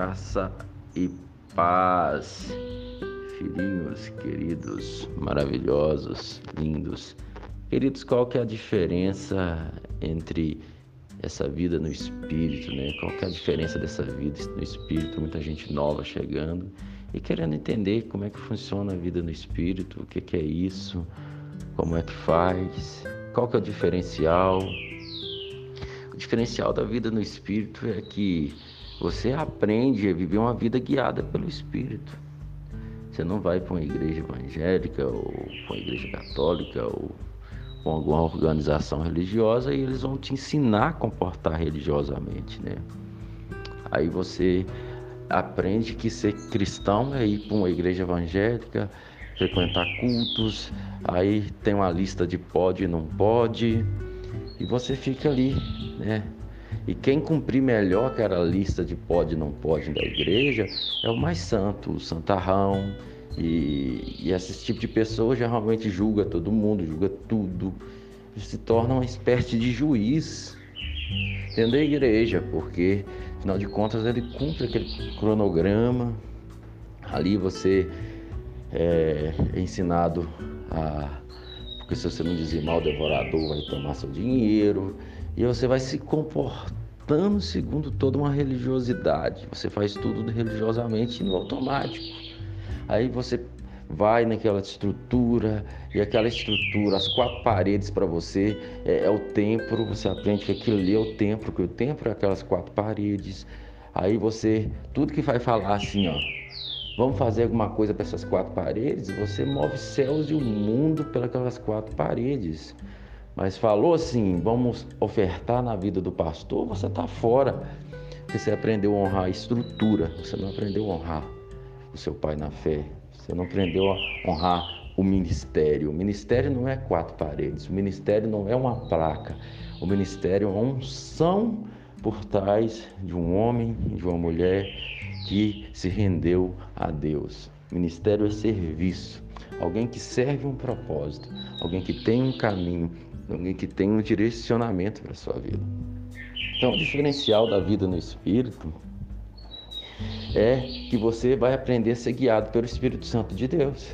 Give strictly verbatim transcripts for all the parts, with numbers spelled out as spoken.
Graça e paz, filhinhos queridos, maravilhosos, lindos. Queridos, qual que é a diferença entre essa vida no Espírito, né? Qual que é a diferença dessa vida no Espírito? Muita gente nova chegando e querendo entender como é que funciona a vida no Espírito, o que que é isso, como é que faz, qual que é o diferencial. O diferencial da vida no Espírito é que você aprende a viver uma vida guiada pelo Espírito. Você não vai para uma igreja evangélica ou para uma igreja católica ou com alguma organização religiosa e eles vão te ensinar a comportar religiosamente, né? Aí você aprende que ser cristão é ir para uma igreja evangélica, frequentar cultos, aí tem uma lista de pode e não pode, e você fica ali, né? E quem cumprir melhor aquela lista de pode e não pode da igreja é o mais santo, o santarrão. E, e esse tipo de pessoa geralmente julga todo mundo, julga tudo, se torna uma espécie de juiz dentro da igreja, porque afinal de contas ele cumpre aquele cronograma. Ali você é, é ensinado a... porque se você não dizimar, o devorador vai tomar seu dinheiro, e você vai se comportando segundo toda uma religiosidade. Você faz tudo religiosamente no automático. Aí você vai naquela estrutura, e aquela estrutura, as quatro paredes para você é, é o templo. Você aprende que aquilo ali é o templo, que o templo é aquelas quatro paredes. Aí você, tudo que vai falar assim, ó, vamos fazer alguma coisa para essas quatro paredes, você move céus e o mundo pelas quatro paredes. Mas falou assim, vamos ofertar na vida do pastor, você está fora, porque você aprendeu a honrar a estrutura, você não aprendeu a honrar o seu pai na fé, você não aprendeu a honrar o ministério. O ministério não é quatro paredes, o ministério não é uma placa, o ministério é uma unção por trás de um homem, de uma mulher que se rendeu a Deus. Ministério é serviço, alguém que serve um propósito, alguém que tem um caminho, alguém que tem um direcionamento para a sua vida. Então, o diferencial da vida no Espírito é que você vai aprender a ser guiado pelo Espírito Santo de Deus.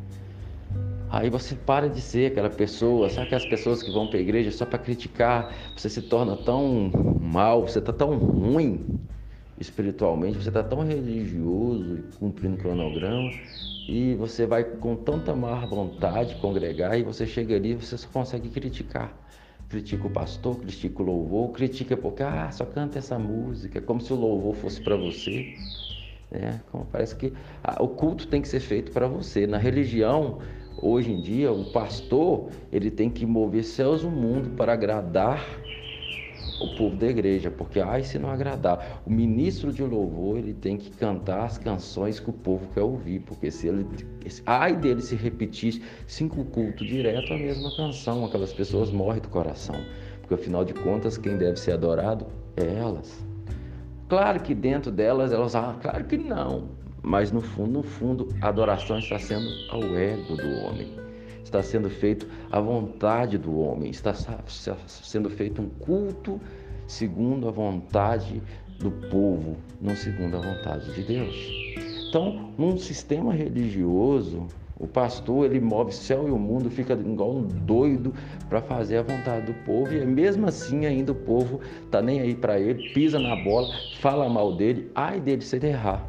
Aí você para de ser aquela pessoa, sabe aquelas pessoas que vão para a igreja só para criticar, você se torna tão mal, você está tão ruim espiritualmente, você está tão religioso e cumprindo cronograma, e você vai com tanta má vontade congregar, e você chega ali e você só consegue criticar. Critica o pastor, critica o louvor, critica porque ah, só canta essa música, como se o louvor fosse para você, né? Como parece que ah, o culto tem que ser feito para você. Na religião, hoje em dia, o pastor ele tem que mover céus no mundo para agradar o povo da igreja, porque ai se não agradar, o ministro de louvor ele tem que cantar as canções que o povo quer ouvir, porque se ele, ai dele se repetir cinco cultos direto a mesma canção, aquelas pessoas morrem do coração, porque afinal de contas quem deve ser adorado é elas. Claro que dentro delas elas, ah, claro que não, mas no fundo, no fundo, a adoração está sendo ao ego do homem. Está sendo feito à vontade do homem, está sendo feito um culto segundo a vontade do povo, não segundo a vontade de Deus. Então, num sistema religioso, o pastor ele move céu e o mundo, fica igual um doido para fazer a vontade do povo, e mesmo assim ainda o povo está nem aí para ele, pisa na bola, fala mal dele, ai dele se ele errar.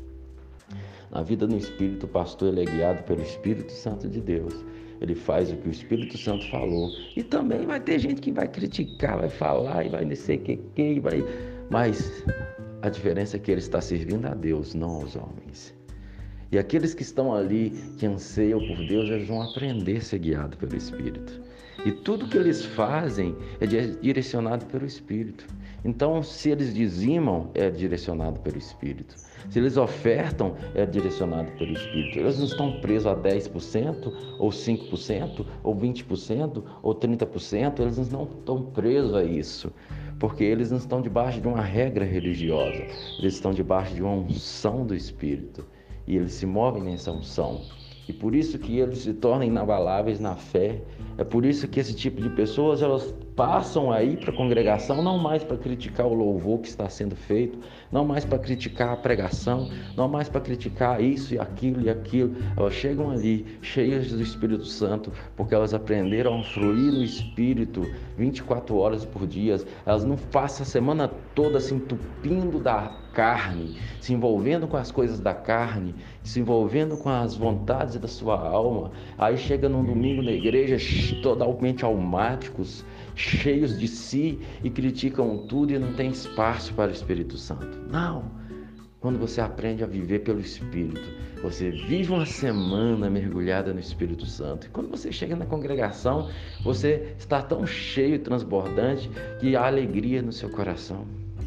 Na vida no Espírito, o pastor ele é guiado pelo Espírito Santo de Deus. Ele faz o que o Espírito Santo falou. E também vai ter gente que vai criticar, vai falar e vai não sei o que, que vai... Mas a diferença é que ele está servindo a Deus, não aos homens. E aqueles que estão ali, que anseiam por Deus, eles vão aprender a ser guiados pelo Espírito. E tudo que eles fazem é direcionado pelo Espírito. Então, se eles dizimam, é direcionado pelo Espírito. Se eles ofertam, é direcionado pelo Espírito. Eles não estão presos a dez por cento, ou cinco por cento, ou vinte por cento, ou trinta por cento. Eles não estão presos a isso, porque eles não estão debaixo de uma regra religiosa. Eles estão debaixo de uma unção do Espírito. E eles se movem nessa unção. E por isso que eles se tornam inabaláveis na fé. É por isso que esse tipo de pessoas, elas passam aí para a congregação, não mais para criticar o louvor que está sendo feito, não mais para criticar a pregação, não mais para criticar isso e aquilo e aquilo. Elas chegam ali cheias do Espírito Santo, porque elas aprenderam a fluir no Espírito vinte e quatro horas por dia. Elas não passam a semana toda se entupindo da carne, se envolvendo com as coisas da carne, se envolvendo com as vontades da sua alma. Aí chega num domingo na igreja totalmente almáticos, cheios de si, e criticam tudo e não tem espaço para o Espírito Santo. Não! Quando você aprende a viver pelo Espírito, você vive uma semana mergulhada no Espírito Santo. E quando você chega na congregação, você está tão cheio e transbordante que há alegria no seu coração.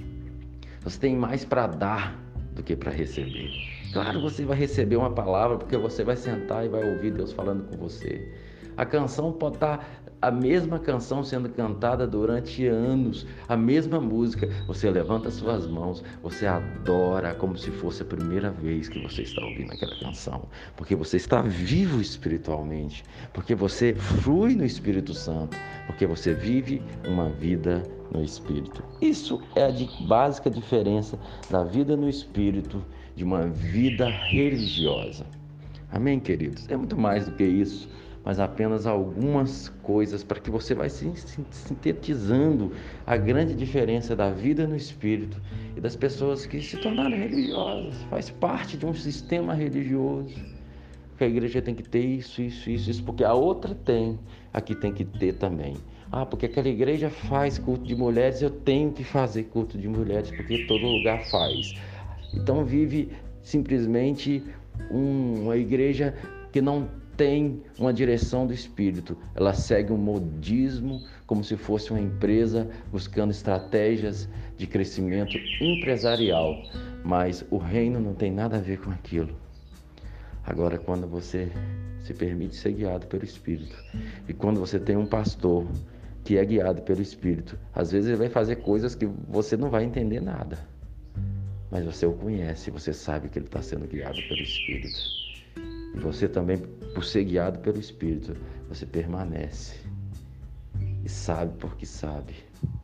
Você tem mais para dar do que para receber. Claro, você vai receber uma palavra porque você vai sentar e vai ouvir Deus falando com você. A canção pode estar, a mesma canção sendo cantada durante anos, a mesma música. Você levanta suas mãos, você adora como se fosse a primeira vez que você está ouvindo aquela canção. Porque você está vivo espiritualmente, porque você flui no Espírito Santo, porque você vive uma vida no Espírito. Isso é a de básica diferença da vida no Espírito de uma vida religiosa. Amém, queridos? É muito mais do que isso, mas apenas algumas coisas para que você vai sintetizando a grande diferença da vida no Espírito e das pessoas que se tornaram religiosas. Faz parte de um sistema religioso. Que a igreja tem que ter isso, isso, isso, isso, porque a outra tem, aqui tem que ter também. Ah, porque aquela igreja faz culto de mulheres, eu tenho que fazer culto de mulheres, porque todo lugar faz. Então vive simplesmente um, uma igreja que não tem uma direção do Espírito. Ela segue um modismo, como se fosse uma empresa buscando estratégias de crescimento empresarial, mas o reino não tem nada a ver com aquilo. Agora, quando você se permite ser guiado pelo Espírito, e quando você tem um pastor que é guiado pelo Espírito, às vezes ele vai fazer coisas que você não vai entender nada, mas você o conhece, você sabe que ele está sendo guiado pelo Espírito. E você também, por ser guiado pelo Espírito, você permanece e sabe porque sabe,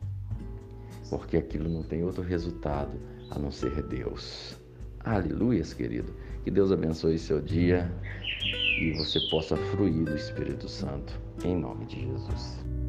porque aquilo não tem outro resultado a não ser Deus. Aleluias, querido. Que Deus abençoe seu dia e você possa fruir do Espírito Santo, em nome de Jesus.